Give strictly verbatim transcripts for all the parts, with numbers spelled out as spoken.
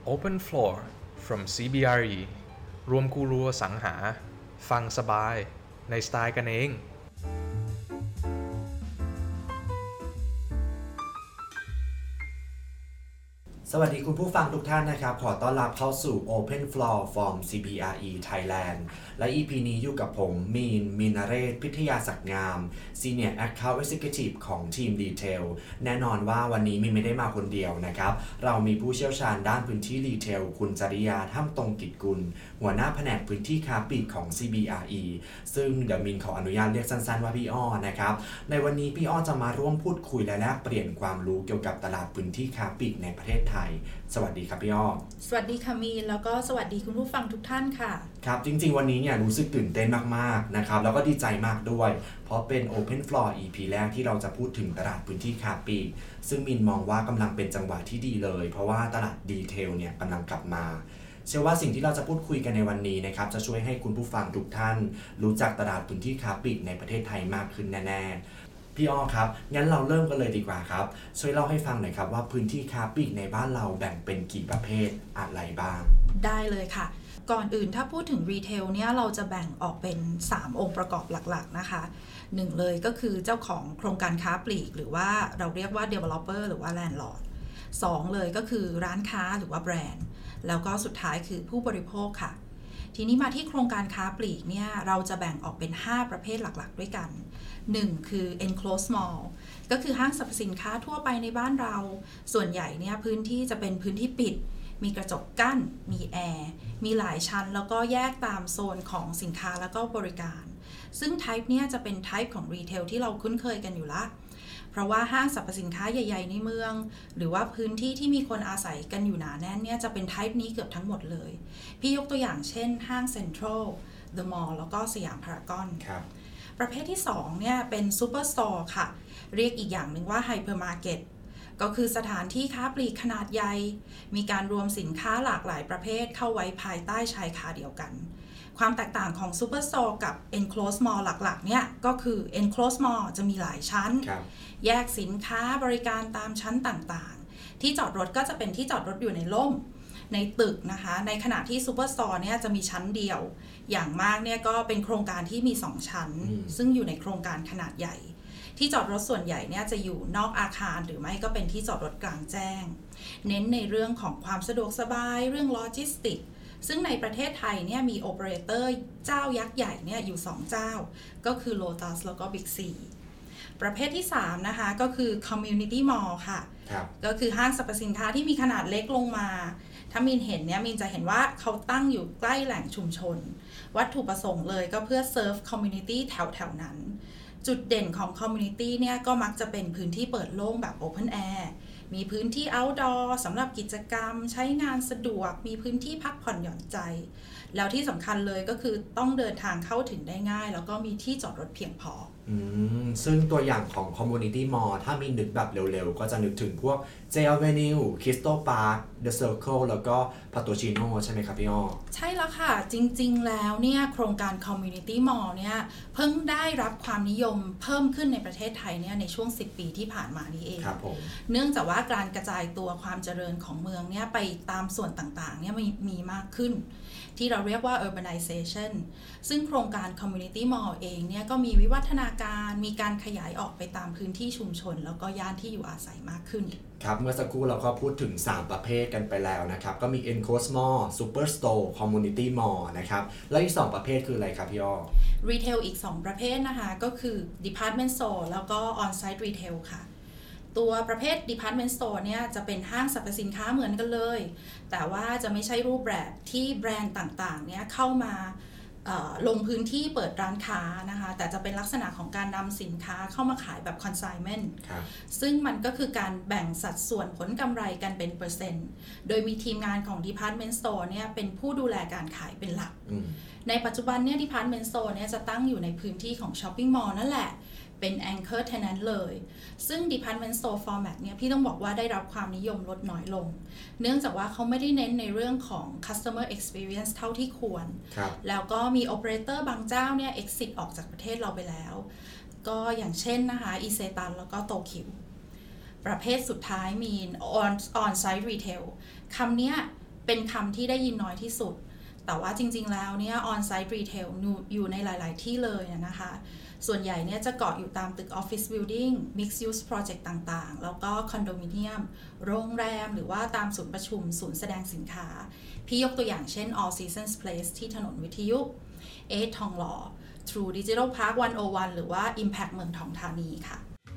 Open Floor from ซี บี อาร์ อี รวมกูรูอสังหาฟังสบายในสไตล์กันเองสวัสดีคุณผู้ฟังทุกท่านนะครับขอต้อนรับเข้าสู่ Open Floor from ซี บี อาร์ อี Thailand และ อี พี นี้อยู่กับผมมีนมีนเรศพิทยาศักดิ์งาม Senior Account Executive ของทีม Retail แน่นอนว่าวันนี้มีไม่ได้มาคนเดียวนะครับเรามีผู้เชี่ยวชาญด้านพื้นที่ Retail คุณจริยาท่ามตรงกิจกุลหัวหน้าแผนกพื้นที่ค้าปลีกของ ซี บี อาร์ อี ซึ่งเดี๋ยวมินขออนุญาตเรียกสั้นๆว่าพี่อ้อนะครับในวันนี้พี่อ้อจะมาร่วมพูดคุยและแลกเปลี่ยนความรู้เกี่ยวกับตลาดพื้นที่ค้าปลีกในประเทศไทยสวัสดีครับพี่อ้อสวัสดีค่ะมีนแล้วก็สวัสดีคุณผู้ฟังทุกท่านค่ะครับจริงๆวันนี้เนี่ยรู้สึกตื่นเต้นมากๆนะครับแล้วก็ดีใจมากด้วยเพราะเป็น Open Floor อี พี แรกที่เราจะพูดถึงตลาดพื้นที่ค้าปลีกซึ่งมินมองว่ากำลังเป็นจังหวะที่ดีเลยเพราะว่าตลาดดีเทลเนี่ยกำลังกลับมาเชื่อว่าสิ่งที่เราจะพูดคุยกันในวันนี้นะครับจะช่วยให้คุณผู้ฟังทุกท่านรู้จักตลาดพื้นที่ค้าปลีกในประเทศไทยมากขึ้นแน่ๆพี่อ้อครับงั้นเราเริ่มกันเลยดีกว่าครับช่วยเล่าให้ฟังหน่อยครับว่าพื้นที่ค้าปลีกในบ้านเราแบ่งเป็นกี่ประเภทอะไรบ้างได้เลยค่ะก่อนอื่นถ้าพูดถึงรีเทลเนี่ยเราจะแบ่งออกเป็นสามองค์ประกอบหลักๆนะคะหนึ่งเลยก็คือเจ้าของโครงการค้าปลีกหรือว่าเราเรียกว่า developer หรือว่า landlord สองเลยก็คือร้านค้าหรือว่าแบรนด์แล้วก็สุดท้ายคือผู้บริโภคค่ะทีนี้มาที่โครงการค้าปลีกเนี่ยเราจะแบ่งออกเป็นห้าประเภทหลักๆด้วยกันหนึ่งคือ enclosed mall ก็คือห้างสรรพสินค้าทั่วไปในบ้านเราส่วนใหญ่เนี่ยพื้นที่จะเป็นพื้นที่ปิดมีกระจกกั้นมีแอร์มีหลายชั้นแล้วก็แยกตามโซนของสินค้าแล้วก็บริการซึ่ง type เนี่ยจะเป็น type ของ retail ที่เราคุ้นเคยกันอยู่ละเพราะว่าห้างสรรพสินค้าใหญ่ๆในเมืองหรือว่าพื้นที่ที่มีคนอาศัยกันอยู่หนาแน่นเนี่ยจะเป็น type นี้เกือบทั้งหมดเลยพี่ยกตัวอย่างเช่นห้างเซ็นทรัล The Mall แล้วก็สยามพารากอนครับประเภทที่สองเนี่ยเป็นซูเปอร์สโตร์ค่ะเรียกอีกอย่างหนึ่งว่าไฮเปอร์มาร์เก็ตก็คือสถานที่ค้าปลีกขนาดใหญ่มีการรวมสินค้าหลากหลายประเภทเข้าไว้ภายใต้ชายคาเดียวกันความแตกต่างของซูเปอร์สโตร์กับ enclosed mall หลักๆเนี่ยก็คือ enclosed mall จะมีหลายชั้นแยกสินค้าบริการตามชั้นต่างๆที่จอดรถก็จะเป็นที่จอดรถอยู่ในร่มในตึกนะคะในขณะที่ซูเปอร์สโตร์เนี่ยจะมีชั้นเดียวอย่างมากเนี่ยก็เป็นโครงการที่มีสองชั้นซึ่งอยู่ในโครงการขนาดใหญ่ที่จอดรถส่วนใหญ่เนี่ยจะอยู่นอกอาคารหรือไม่ก็เป็นที่จอดรถกลางแจ้งเน้นในเรื่องของความสะดวกสบายเรื่องโลจิสติกซึ่งในประเทศไทยเนี่ยมีโอเปอเรเตอร์เจ้ายักษ์ใหญ่เนี่ยอยู่สองเจ้าก็คือ Lotus แล้วก็ Big C ประเภทที่สามนะคะก็คือ Community Mall ค่ะก็คือห้างสรรพสินค้าที่มีขนาดเล็กลงมาถ้ามินเห็นเนี่ยมินจะเห็นว่าเขาตั้งอยู่ใกล้แหล่งชุมชนวัตถุประสงค์เลยก็เพื่อเซิร์ฟคอมมูนิตี้แถวๆนั้นจุดเด่นของคอมมูนิตี้เนี่ยก็มักจะเป็นพื้นที่เปิดโล่งแบบ Open Air มีพื้นที่ Outdoor สำหรับกิจกรรมใช้งานสะดวกมีพื้นที่พักผ่อนหย่อนใจแล้วที่สำคัญเลยก็คือต้องเดินทางเข้าถึงได้ง่ายแล้วก็มีที่จอดรถเพียงพออืมซึ่งตัวอย่างของ Community Mall ถ้ามีนึกแบบเร็วๆก็จะนึกถึงพวก J Avenue Crystal Park The Circle แล้วก็ Patogino ใช่ไหมครับพี่อ้อใช่แล้วค่ะจริงๆแล้วเนี่ยโครงการ Community Mall เนี่ยเพิ่งได้รับความนิยมเพิ่มขึ้นในประเทศไทยเนี่ยในช่วงสิบปีที่ผ่านมานี้เองครับผมเนื่องจากว่าการกระจายตัวความเจริญของเมืองเนี่ยไปตามส่วนต่างๆเนี่ยมีมีมากขึ้นที่เราเรียกว่า urbanization ซึ่งโครงการ community mall เองเนี่ยก็มีวิวัฒนาการมีการขยายออกไปตามพื้นที่ชุมชนแล้วก็ย่านที่อยู่อาศัยมากขึ้นครับเมื่อสักครู่เราก็พูดถึงสามประเภทกันไปแล้วนะครับก็มี enclosed mall super store community mall นะครับแล้วอีกสองประเภทคืออะไรครับพี่อ้อ retail อีกสองประเภทนะคะก็คือ department store แล้วก็ on-site retail ค่ะตัวประเภท department store เนี่ยจะเป็นห้างสรรพสินค้าเหมือนกันเลยแต่ว่าจะไม่ใช่รูปแบบที่แบรนด์ต่างๆเนี่ยเข้ามาลงพื้นที่เปิดร้านค้านะคะแต่จะเป็นลักษณะของการนำสินค้าเข้ามาขายแบบ consignment ซึ่งมันก็คือการแบ่งสัดส่วนผลกำไรกันเป็นเปอร์เซ็นต์โดยมีทีมงานของ department store เนี่ยเป็นผู้ดูแลการขายเป็นหลักในปัจจุบันเนี่ย department store เนี่ยจะตั้งอยู่ในพื้นที่ของ shopping mall นั่นแหละเป็น anchor tenant เลยซึ่ง department store format เนี่ยพี่ต้องบอกว่าได้รับความนิยมลดน้อยลงเนื่องจากว่าเขาไม่ได้เน้นในเรื่องของ customer experience เท่าที่ควรแล้วก็มี operator บางเจ้าเนี่ย exit ออกจากประเทศเราไปแล้วก็อย่างเช่นนะคะอีเซตันแล้วก็โตคิวประเภทสุดท้ายมี on on site retail คำนี้เป็นคำที่ได้ยินน้อยที่สุดแต่ว่าจริงๆแล้วเนี่ย on-site retail อยู่ในหลายๆที่เลยนะคะส่วนใหญ่เนี่ยจะเกาะอยู่ตามตึก office building mixed use project ต่างๆแล้วก็คอนโดมิเนียมโรงแรมหรือว่าตามศูนย์ประชุมศูนย์แสดงสินค้าพี่ยกตัวอย่างเช่น All Seasons Place ที่ถนนวิทยุเอททองหล่อ True Digital Park หนึ่งศูนย์หนึ่งหรือว่า Impact เมืองทองธานีค่ะ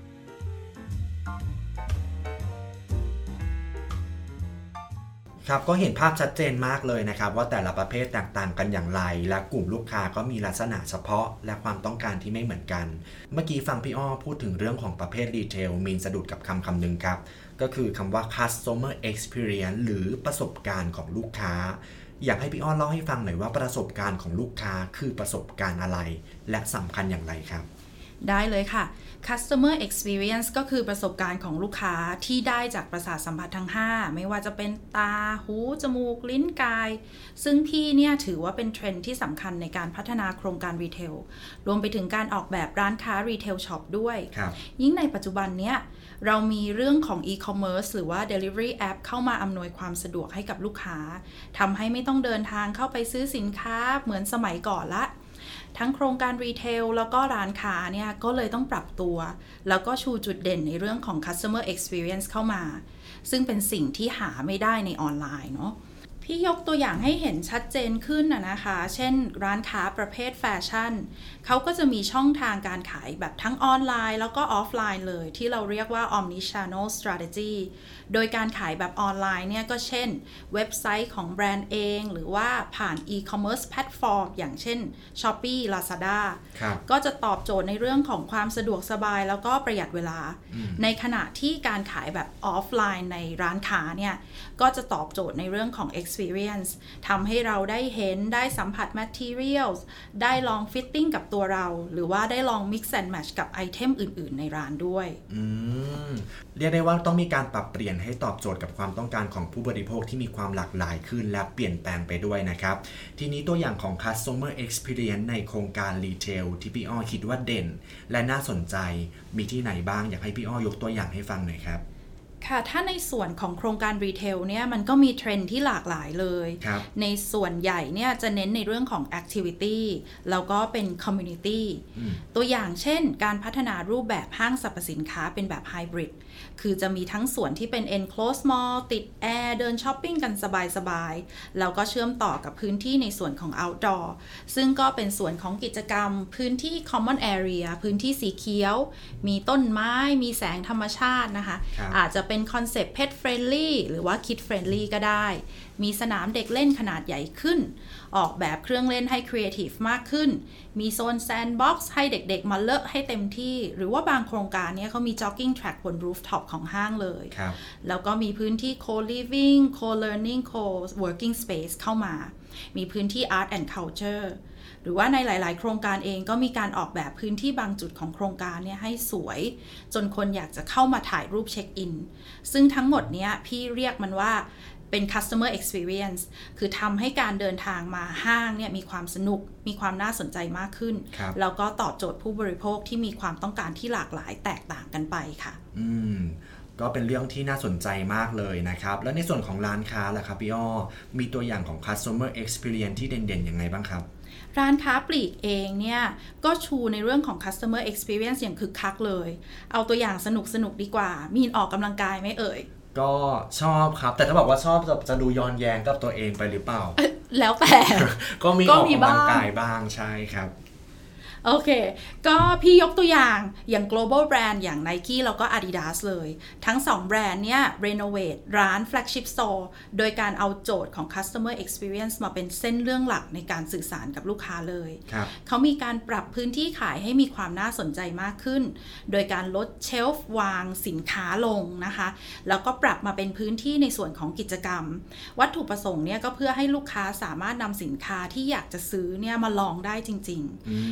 ครับก็เห็นภาพชัดเจนมากเลยนะครับว่าแต่ละประเภทแตกต่างกันอย่างไรและกลุ่มลูกค้าก็มีลักษณะเฉพาะและความต้องการที่ไม่เหมือนกันเมื่อกี้ฟังพี่อ้อพูดถึงเรื่องของประเภทรีเทลมีนสะดุดกับคำคำหนึ่งครับก็คือคำว่า customer experience หรือประสบการณ์ของลูกค้าอยากให้พี่อ้อเล่าให้ฟังหน่อยว่าประสบการณ์ของลูกค้าคือประสบการณ์อะไรและสำคัญอย่างไรครับได้เลยค่ะ Customer Experience ก็คือประสบการณ์ของลูกค้าที่ได้จากประสาทสัมผัสทั้งห้าไม่ว่าจะเป็นตาหูจมูกลิ้นกายซึ่งพี่เนี่ยถือว่าเป็นเทรนด์ที่สำคัญในการพัฒนาโครงการรีเทลรวมไปถึงการออกแบบร้านค้ารีเทลช็อปด้วยยิ่งในปัจจุบันเนี้ยเรามีเรื่องของ e-commerce หรือว่า delivery app เข้ามาอำนวยความสะดวกให้กับลูกค้าทำให้ไม่ต้องเดินทางเข้าไปซื้อสินค้าเหมือนสมัยก่อนละทั้งโครงการรีเทลแล้วก็ร้านค้าเนี่ยก็เลยต้องปรับตัวแล้วก็ชูจุดเด่นในเรื่องของ customer experience เข้ามาซึ่งเป็นสิ่งที่หาไม่ได้ในออนไลน์เนาะพี่ยกตัวอย่างให้เห็นชัดเจนขึ้นนะนะคะเช่นร้านค้าประเภทแฟชั่นเขาก็จะมีช่องทางการขายแบบทั้งออนไลน์แล้วก็ออฟไลน์เลยที่เราเรียกว่า omni-channel strategy โดยการขายแบบออนไลน์เนี่ยก็เช่นเว็บไซต์ของแบรนด์เองหรือว่าผ่าน e-commerce platform อย่างเช่น Shopee Lazada ก็จะตอบโจทย์ในเรื่องของความสะดวกสบายแล้วก็ประหยัดเวลาในขณะที่การขายแบบออฟไลน์ในร้านค้าเนี่ยก็จะตอบโจทย์ในเรื่องของ experience ทำให้เราได้เห็นได้สัมผัส materials ได้ลอง fitting กับตัวเราหรือว่าได้ลอง mix and match กับไอเทมอื่นๆในร้านด้วยอืมเรียกได้ว่าต้องมีการปรับเปลี่ยนให้ตอบโจทย์กับความต้องการของผู้บริโภคที่มีความหลากหลายขึ้นและเปลี่ยนแปลงไปด้วยนะครับทีนี้ตัวอย่างของ customer experience ในโครงการ retail ที่พี่อ้อคิดว่าเด่นและน่าสนใจมีที่ไหนบ้างอยากให้พี่อ้อยกตัวอย่างให้ฟังหน่อยครับค่ะถ้าในส่วนของโครงการรีเทลเนี่ยมันก็มีเทรนด์ที่หลากหลายเลยในส่วนใหญ่เนี่ยจะเน้นในเรื่องของ activity แล้วก็เป็น community ตัวอย่างเช่นการพัฒนารูปแบบห้างสรรพสินค้าเป็นแบบ hybrid คือจะมีทั้งส่วนที่เป็น enclosed mall ติดแอร์เดินช้อปปิ้งกันสบายๆแล้วก็เชื่อมต่อกับพื้นที่ในส่วนของ outdoor ซึ่งก็เป็นส่วนของกิจกรรมพื้นที่ common area พื้นที่สีเขียวมีต้นไม้มีแสงธรรมชาตินะคะอาจจะเป็นคอนเซ็ปต์ pet friendly หรือว่า kid friendly ก็ได้มีสนามเด็กเล่นขนาดใหญ่ขึ้นออกแบบเครื่องเล่นให้ creative มากขึ้นมีโซน sandbox ให้เด็กๆมาเลอะให้เต็มที่หรือว่าบางโครงการเนี่ยเขามี jogging track บน rooftop ของห้างเลยแล้วก็มีพื้นที่ co-living co-learning co-working space เข้ามามีพื้นที่ art and culture หรือว่าในหลายๆโครงการเองก็มีการออกแบบพื้นที่บางจุดของโครงการเนี่ยให้สวยจนคนอยากจะเข้ามาถ่ายรูปเช็คอินซึ่งทั้งหมดเนี้ยพี่เรียกมันว่าเป็น customer experience คือทำให้การเดินทางมาห้างเนี่ยมีความสนุกมีความน่าสนใจมากขึ้นแล้วก็ตอบโจทย์ผู้บริโภคที่มีความต้องการที่หลากหลายแตกต่างกันไปค่ะอืมก็เป็นเรื่องที่น่าสนใจมากเลยนะครับแล้วในส่วนของร้านค้าล่ะครับพี่อ้อมีตัวอย่างของ customer experience ที่เด่นๆยังไงบ้างครับร้านค้าปลีกเองเนี่ยก็ชูในเรื่องของ customer experience อย่างคึกคักเลยเอาตัวอย่างสนุกๆดีกว่ามีนออกกำลังกายไหมเอ่ยก็ชอบครับแต่ถ้าบอกว่าชอบจะจะดูย้อนแย้งกับตัวเองไปหรือเปล่าแล้วแต่ก็มีออกกำลังกายบ้างใช่ครับโอเคก็พี่ยกตัวอย่างอย่าง global brand อย่าง Nike แล้วก็ Adidas เลยทั้งสองแบรนด์เนี่ย renovate ร้าน flagship store โดยการเอาโจทย์ของ customer experience มาเป็นเส้นเรื่องหลักในการสื่อสารกับลูกค้าเลยเขามีการปรับพื้นที่ขายให้มีความน่าสนใจมากขึ้นโดยการลดเชลฟ์วางสินค้าลงนะคะแล้วก็ปรับมาเป็นพื้นที่ในส่วนของกิจกรรมวัตถุประสงค์เนี่ยก็เพื่อให้ลูกค้าสามารถนำสินค้าที่อยากจะซื้อเนี่ยมาลองได้จริงๆอย่าง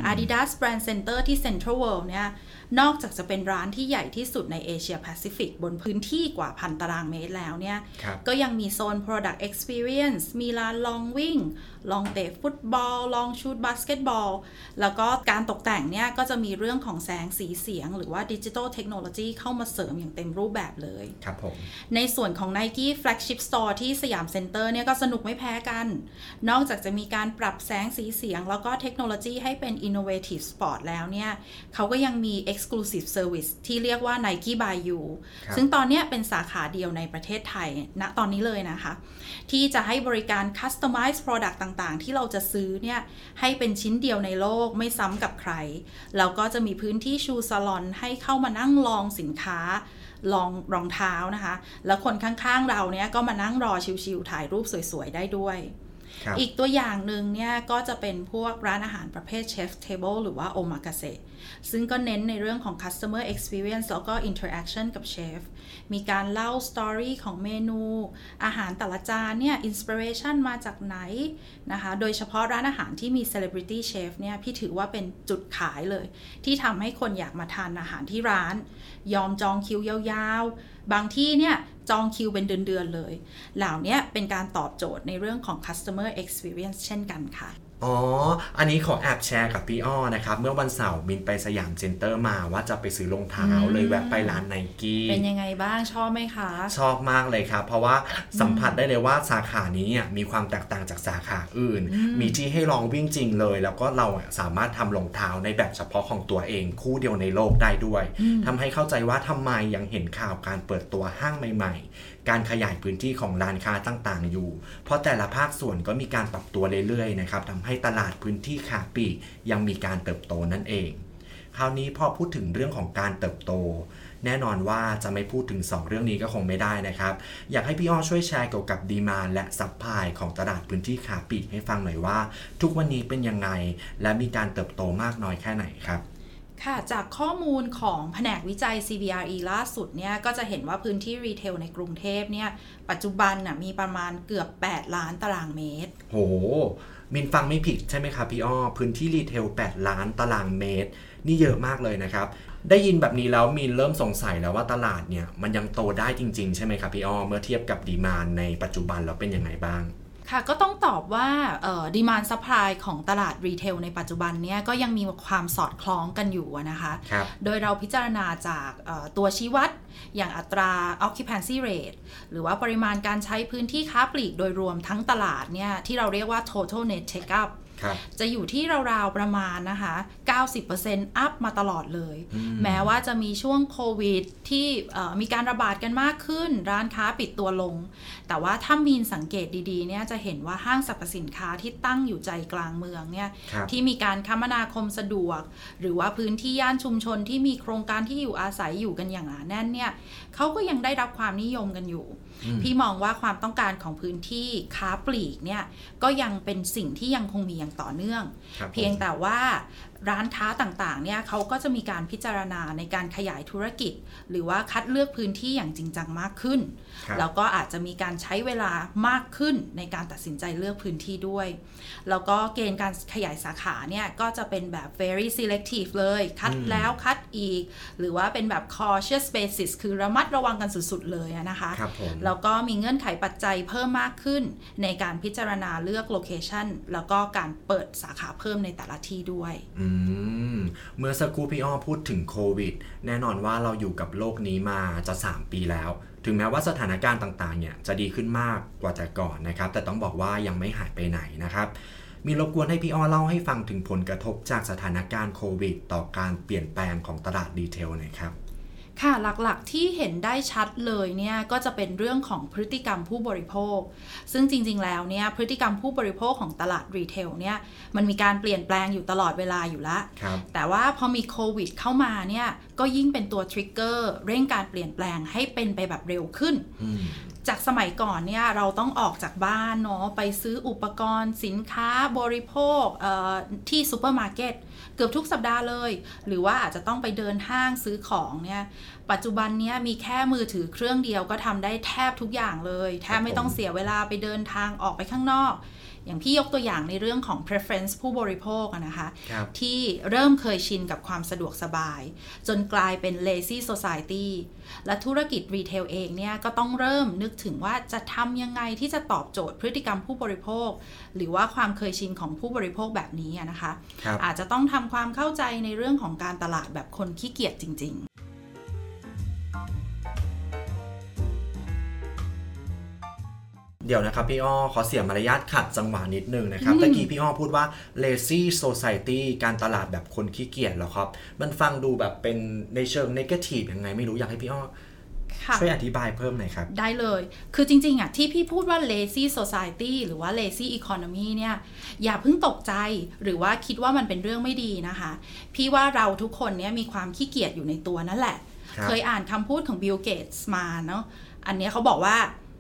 Adidas Brand Center ที่ Central World เนี่ยนอกจากจะเป็นร้านที่ใหญ่ที่สุดในเอเชียแปซิฟิกบนพื้นที่กว่าพันตารางเมตรแล้วเนี่ยก็ยังมีโซน Product Experience มีร้านลองวิ่งลองเตะฟุตบอลลองชูตบาสเกตบอลแล้วก็การตกแต่งเนี่ยก็จะมีเรื่องของแสงสีเสียงหรือว่าดิจิทัลเทคโนโลยีเข้ามาเสริมอย่างเต็มรูปแบบเลยครับผมในส่วนของ Nike Flagship Store ที่สยามเซ็นเตอร์เนี่ยก็สนุกไม่แพ้กันนอกจากจะมีการปรับแสงสีเสียงแล้วก็เทคโนโลยีให้เป็น Innovative Sport แล้วเนี่ยเขาก็ยังมี Exclusive Service ที่เรียกว่า Nike by You ซึ่งตอนนี้เป็นสาขาเดียวในประเทศไทยณตอนนี้เลยนะคะที่จะให้บริการ Customize Product ต่างๆที่เราจะซื้อเนี่ยให้เป็นชิ้นเดียวในโลกไม่ซ้ำกับใครแล้วก็จะมีพื้นที่ชูซาลอนให้เข้ามานั่งลองสินค้าลองรองเท้านะคะแล้วคนข้างๆเราเนี่ยก็มานั่งรอชิวๆถ่ายรูปสวยๆได้ด้วยอีกตัวอย่างหนึ่งเนี่ยก็จะเป็นพวกร้านอาหารประเภท Chef Table หรือว่า Omakase ซึ่งก็เน้นในเรื่องของ Customer Experience แล้วก็ Interaction กับเชฟมีการเล่าสตอรี่ของเมนูอาหารแต่ละจานเนี่ย Inspiration มาจากไหนนะคะโดยเฉพาะร้านอาหารที่มี Celebrity Chef เนี่ยพี่ถือว่าเป็นจุดขายเลยที่ทำให้คนอยากมาทานอาหารที่ร้านยอมจองคิวยาวๆบางที่เนี่ยจองคิวเป็นเดือนๆเลยเหล่านี้เป็นการตอบโจทย์ในเรื่องของ Customer Experience เช่นกันค่ะอ๋ออันนี้ขอแอบแชร์กับพี่อ้อนะครับเมื่อวันเสาร์มินไปสยามเซ็นเตอร์มาว่าจะไปซื้อรองเท้าเลยแวะไปร้าน Nike เป็นยังไงบ้างชอบไหมคะชอบมากเลยครับเพราะว่าสัมผัสได้เลยว่าสาขานี้เนี่ยมีความแตกต่างจากสาขาอื่นมีที่ให้ลองวิ่งจริงเลยแล้วก็เราสามารถทำรองเท้าในแบบเฉพาะของตัวเองคู่เดียวในโลกได้ด้วยทำให้เข้าใจว่าทำไมยังเห็นข่าวการเปิดตัวห้างใหม่ๆการขยายพื้นที่ของร้านค้าต่างๆอยู่เพราะแต่ละภาคส่วนก็มีการปรับตัวเรื่อยๆนะครับทำให้ตลาดพื้นที่ค้าปลีกยังมีการเติบโตนั่นเองคราวนี้พอพูดถึงเรื่องของการเติบโตแน่นอนว่าจะไม่พูดถึงสองเรื่องนี้ก็คงไม่ได้นะครับอยากให้พี่อ้อช่วยแชร์เกี่ยวกับดีมานด์และซัพพลายของตลาดพื้นที่ค้าปลีกให้ฟังหน่อยว่าทุกวันนี้เป็นยังไงและมีการเติบโตมากน้อยแค่ไหนครับค่ะจากข้อมูลของแผนกวิจัย ซี บี อาร์ อี ล่าสุดเนี่ยก็จะเห็นว่าพื้นที่รีเทลในกรุงเทพเนี่ยปัจจุบันน่ะมีประมาณเกือบแปดล้านตารางเมตรโหมินฟังไม่ผิดใช่ไหมครับพี่อ้อพื้นที่รีเทลแปดล้านตารางเมตรนี่เยอะมากเลยนะครับได้ยินแบบนี้แล้วมินเริ่มสงสัยแล้วว่าตลาดเนี่ยมันยังโตได้จริงๆใช่ไหมครับพี่อ้อเมื่อเทียบกับดีมานด์ในปัจจุบันแล้วเป็นยังไงบ้างค่ะก็ต้องตอบว่าเอ่อ demand supply ของตลาดรีเทลในปัจจุบันเนี้ยก็ยังมีความสอดคล้องกันอยู่นะคะโดยเราพิจารณาจากตัวชี้วัดอย่างอัตรา occupancy rate หรือว่าปริมาณการใช้พื้นที่ค้าปลีกโดยรวมทั้งตลาดเนี่ยที่เราเรียกว่า total net take upจะอยู่ที่ราวๆประมาณนะคะ เก้าสิบเปอร์เซ็นต์ อัพมาตลอดเลยแม้ว่าจะมีช่วงโควิดที่มีการระบาดกันมากขึ้นร้านค้าปิดตัวลงแต่ว่าถ้ามีนสังเกตดีๆเนี่ยจะเห็นว่าห้างสรรพสินค้าที่ตั้งอยู่ใจกลางเมืองเนี่ยที่มีการคมนาคมสะดวกหรือว่าพื้นที่ย่านชุมชนที่มีโครงการที่อยู่อาศัยอยู่กันอย่างหนาแน่นเนี่ยเขาก็ยังได้รับความนิยมกันอยู่พี่มองว่าความต้องการของพื้นที่ค้าปลีกเนี่ยก็ยังเป็นสิ่งที่ยังคงมีอย่างต่อเนื่องเพียงแต่ว่าร้านค้าต่างๆเนี่ยเขาก็จะมีการพิจารณาในการขยายธุรกิจหรือว่าคัดเลือกพื้นที่อย่างจริงจังมากขึ้นแล้วก็อาจจะมีการใช้เวลามากขึ้นในการตัดสินใจเลือกพื้นที่ด้วยแล้วก็เกณฑ์การขยายสาขาเนี่ยก็จะเป็นแบบ very selective เลยคัดแล้วคัดอีกหรือว่าเป็นแบบ cautious basis คือระมัดระวังกันสุดๆเลยนะคะแล้วก็มีเงื่อนไขปัจจัยเพิ่มมากขึ้นในการพิจารณาเลือกโลเคชันแล้วก็การเปิดสาขาเพิ่มในแต่ละที่ด้วยเมื่อสักครู่พี่อ้อพูดถึงโควิดแน่นอนว่าเราอยู่กับโลกนี้มาจะสามปีแล้วถึงแม้ว่าสถานการณ์ต่างๆเนี่ยจะดีขึ้นมากกว่าแต่ก่อนนะครับแต่ต้องบอกว่ายังไม่หายไปไหนนะครับมีรบกวนให้พี่อ้อเล่าให้ฟังถึงผลกระทบจากสถานการณ์โควิดต่อการเปลี่ยนแปลงของตลาดรีเทลหน่อยครับค่ะหลักๆที่เห็นได้ชัดเลยเนี่ยก็จะเป็นเรื่องของพฤติกรรมผู้บริโภคซึ่งจริงๆแล้วเนี่ยพฤติกรรมผู้บริโภคของตลาดรีเทลเนี่ยมันมีการเปลี่ยนแปลงอยู่ตลอดเวลาอยู่แล้วแต่ว่าพอมีโควิดเข้ามาเนี่ยก็ยิ่งเป็นตัวทริกเกอร์เร่งการเปลี่ยนแปลงให้เป็นไปแบบเร็วขึ้นจากสมัยก่อนเนี่ยเราต้องออกจากบ้านเนาะไปซื้ออุปกรณ์สินค้าบริโภคที่ซูเปอร์มาร์เก็ตเกือบทุกสัปดาห์เลยหรือว่าอาจจะต้องไปเดินห้างซื้อของเนี่ยปัจจุบันนี้มีแค่มือถือเครื่องเดียวก็ทำได้แทบทุกอย่างเลยแทบไม่ต้องเสียเวลาไปเดินทางออกไปข้างนอกอย่างพี่ยกตัวอย่างในเรื่องของ preference ผู้บริโภคนะคะที่เริ่มเคยชินกับความสะดวกสบายจนกลายเป็น lazy society และธุรกิจรีเทลเองเนี่ยก็ต้องเริ่มนึกถึงว่าจะทำยังไงที่จะตอบโจทย์พฤติกรรมผู้บริโภคหรือว่าความเคยชินของผู้บริโภคแบบนี้นะคะอาจจะต้องทำความเข้าใจในเรื่องของการตลาดแบบคนขี้เกียจจริงๆเดี๋ยวนะครับพี่อ้อขอเสียมารยาทขัดจังหวะนิดนึงนะครับตะกี้พี่อ้อพูดว่า lazy society การตลาดแบบคนขี้เกียจเหรอครับมันฟังดูแบบเป็นในเชิง negative ยังไงไม่รู้อยากให้พี่อ้อช่วยอธิบายเพิ่มหน่อยครับได้เลยคือจริงๆอ่ะที่พี่พูดว่า lazy society หรือว่า lazy economy เนี่ยอย่าเพิ่งตกใจหรือว่าคิดว่ามันเป็นเรื่องไม่ดีนะคะพี่ว่าเราทุกคนเนี่ยมีความขี้เกียจอยู่ในตัวนั่นแหละเคยอ่านคำพูดของ Bill Gates มาเนาะอันนี้เขาบอกว่า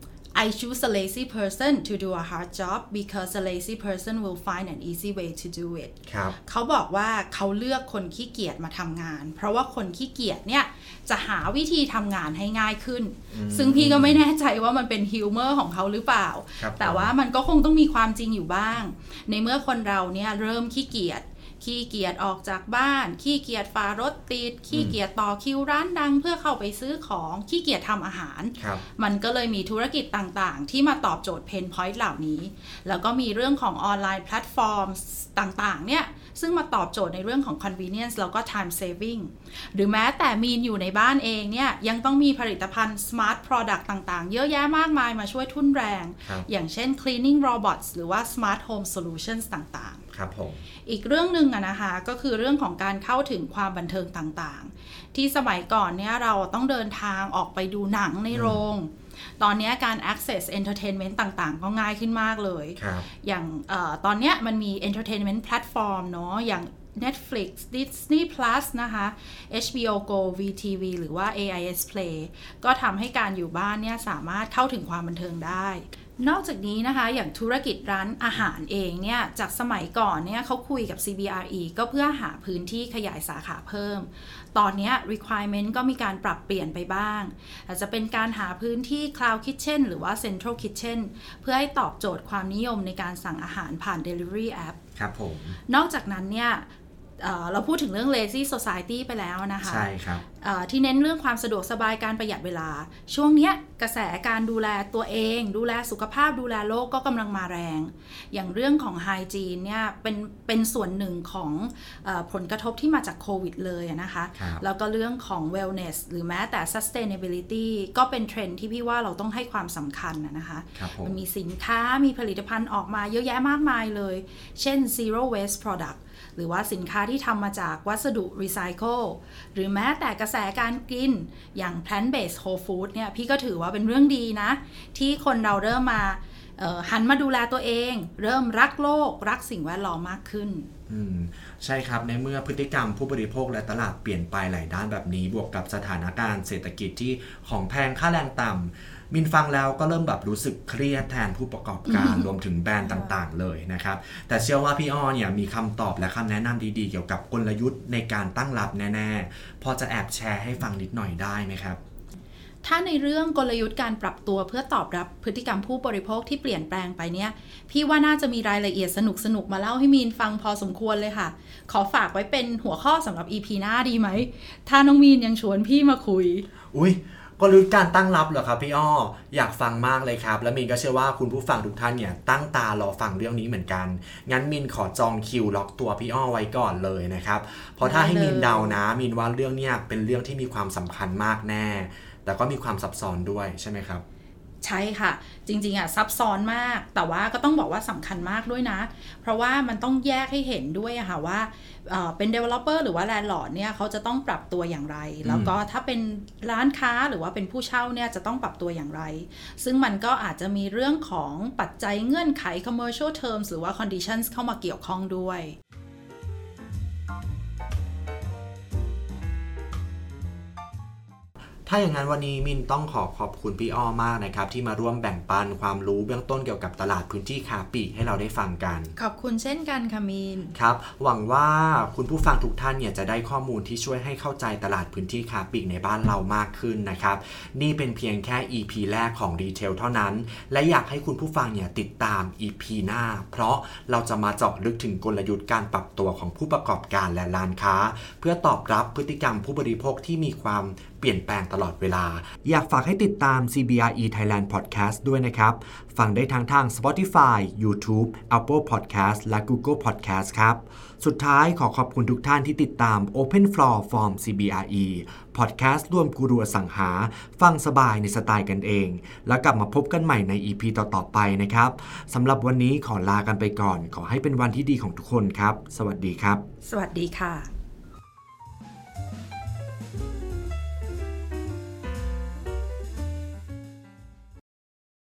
I choose a lazy person to do a hard job because a lazy person will find an easy way to do it เขาบอกว่าเขาเลือกคนขี้เกียจมาทำงานเพราะว่าคนขี้เกียจเนี่ยจะหาวิธีทำงานให้ง่ายขึ้นซึ่งพี่ก็ไม่แน่ใจว่ามันเป็นฮิวเมอร์ของเขาหรือเปล่าแต่ว่ามันก็คงต้องมีความจริงอยู่บ้างในเมื่อคนเราเนี่ยเริ่มขี้เกียจขี้เกียจออกจากบ้านขี้เกียจฝ่ารถติดขี้เกียจต่อคิวร้านดังเพื่อเข้าไปซื้อของขี้เกียจทำอาหารมันก็เลยมีธุรกิจต่างๆที่มาตอบโจทย์เพนพอยต์เหล่านี้แล้วก็มีเรื่องของออนไลน์แพลตฟอร์มต่างๆเนี่ยซึ่งมาตอบโจทย์ในเรื่องของ convenience แล้วก็ time saving หรือแม้แต่มีนอยู่ในบ้านเองเนี่ยยังต้องมีผลิตภัณฑ์ smart product ต่างๆเยอะแยะมากมายมาช่วยทุ่นแรงอย่างเช่น cleaning robots หรือว่า smart home solutions ต่างๆครับผมอีกเรื่องหนึ่งอะนะคะก็คือเรื่องของการเข้าถึงความบันเทิงต่างๆที่สมัยก่อนเนี่ยเราต้องเดินทางออกไปดูหนังในโรงตอนนี้การ access entertainment ต่างๆก็ง่ายขึ้นมากเลยอย่างเอ่อตอนนี้มันมี entertainment platform เนาะอย่าง Netflix Disney Plus นะคะ เอช บี โอ Go วี ที วี หรือว่า เอ ไอ เอส Play ก็ทำให้การอยู่บ้านเนี่ยสามารถเข้าถึงความบันเทิงได้นอกจากนี้นะคะอย่างธุรกิจร้านอาหารเองเนี่ยจากสมัยก่อนเนี่ยเขาคุยกับ ซี บี อาร์ อี ก็เพื่อหาพื้นที่ขยายสาขาเพิ่มตอนนี้ requirement ก็มีการปรับเปลี่ยนไปบ้างอาจจะเป็นการหาพื้นที่ cloud kitchen หรือว่า central kitchen เพื่อให้ตอบโจทย์ความนิยมในการสั่งอาหารผ่าน delivery app ครับผมนอกจากนั้นเนี่ยเอ่อเราพูดถึงเรื่อง lazy society ไปแล้วนะคะใช่ครับที่เน้นเรื่องความสะดวกสบายการประหยัดเวลาช่วงนี้กระแสการดูแลตัวเองดูแลสุขภาพดูแลโลกก็กำลังมาแรงอย่างเรื่องของไฮจีนเนี่ยเป็นเป็นส่วนหนึ่งของเอ่อผลกระทบที่มาจากโควิดเลยนะคะแล้วก็เรื่องของ wellness หรือแม้แต่ sustainability ก็เป็นเทรนด์ที่พี่ว่าเราต้องให้ความสำคัญนะคะมันมีสินค้ามีผลิตภัณฑ์ออกมาเยอะแยะมากมายเลยเช่น zero waste productหรือว่าสินค้าที่ทำมาจากวัสดุรีไซเคิลหรือแม้แต่กระแสการกินอย่าง plant based whole food เนี่ยพี่ก็ถือว่าเป็นเรื่องดีนะที่คนเราเริ่มมาหันมาดูแลตัวเองเริ่มรักโลกรักสิ่งแวดล้อมมากขึ้นอืมใช่ครับในเมื่อพฤติกรรมผู้บริโภคและตลาดเปลี่ยนไปหลายด้านแบบนี้บวกกับสถานการณ์เศรษฐกิจที่ของแพงค่าแรงต่ำมินฟังแล้วก็เริ่มแบบรู้สึกเครียดแทนผู้ประกอบการ รวมถึงแบรนด์ต่างๆเลยนะครับแต่เชื่อว่าพี่อ้อเนี่ยมีคำตอบและคำแนะนำดีๆเกี่ยวกับกลยุทธ์ในการตั้งรับแน่ๆพอจะแอบแชร์ให้ฟังนิดหน่อยได้ไหมครับถ้าในเรื่องกลยุทธ์การปรับตัวเพื่อตอบรับพฤติกรรมผู้บริโภคที่เปลี่ยนแปลงไปเนี่ยพี่ว่าน่าจะมีรายละเอียดสนุกๆมาเล่าให้มีนฟังพอสมควรเลยค่ะขอฝากไว้เป็นหัวข้อสำหรับ อี พี หน้าดีไหมถ้าน้องมีนยังชวนพี่มาคุยอุ๊ยกลยุทธ์การตั้งรับเหรอครับพี่อ้ออยากฟังมากเลยครับและมินก็เชื่อว่าคุณผู้ฟังทุกท่านเนี่ยตั้งตารอฟังเรื่องนี้เหมือนกันงั้นมินขอจองคิวล็อกตัวพี่อ้อไว้ก่อนเลยนะครับเพราะถ้าให้มินเดานะมินว่าเรื่องเนี้ยเป็นเรื่องที่มีความสำคัญมากแน่แต่ก็มีความซับซ้อนด้วยใช่ไหมครับใช่ค่ะจริงๆอ่ะซับซ้อนมากแต่ว่าก็ต้องบอกว่าสำคัญมากด้วยนะเพราะว่ามันต้องแยกให้เห็นด้วยอะค่ะว่าเอ่อเป็น developer หรือว่า landlord เนี่ยเขาจะต้องปรับตัวอย่างไรแล้วก็ถ้าเป็นร้านค้าหรือว่าเป็นผู้เช่าเนี่ยจะต้องปรับตัวอย่างไรซึ่งมันก็อาจจะมีเรื่องของปัจจัยเงื่อนไข commercial terms หรือว่า conditions เข้ามาเกี่ยวข้องด้วยถ้าอย่างนั้นวันนี้มินต้องขอขอบคุณพี่อ้อมากนะครับที่มาร่วมแบ่งปันความรู้เบื้องต้นเกี่ยวกับตลาดพื้นที่ค้าปลีกให้เราได้ฟังกันขอบคุณเช่นกันค่ะมินครับหวังว่าคุณผู้ฟังทุกท่านเนี่ยจะได้ข้อมูลที่ช่วยให้เข้าใจตลาดพื้นที่ค้าปลีกในบ้านเรามากขึ้นนะครับนี่เป็นเพียงแค่ อี พี แรกของดีเทลเท่านั้นและอยากให้คุณผู้ฟังเนี่ยติดตาม อี พี หน้าเพราะเราจะมาเจาะลึกถึงกลยุทธ์การปรับตัวของผู้ประกอบการและร้านค้าเพื่อตอบรับพฤติกรรมผู้บริโภคที่มีความเปลี่ยนแปลงตลอดเวลาอยากฝากให้ติดตาม ซี บี อาร์ อี Thailand Podcast ด้วยนะครับฟังได้ทางทาง Spotify, YouTube, Apple Podcast และ Google Podcast ครับสุดท้ายขอขอบคุณทุกท่านที่ติดตาม Open Floor from ซี บี อาร์ อี Podcast ร่วมกูรูอสังหาฟังสบายในสไตล์กันเองแล้วกลับมาพบกันใหม่ใน อี พี ต่อๆไปนะครับสำหรับวันนี้ขอลากันไปก่อนขอให้เป็นวันที่ดีของทุกคนครับสวัสดีครับสวัสดีค่ะ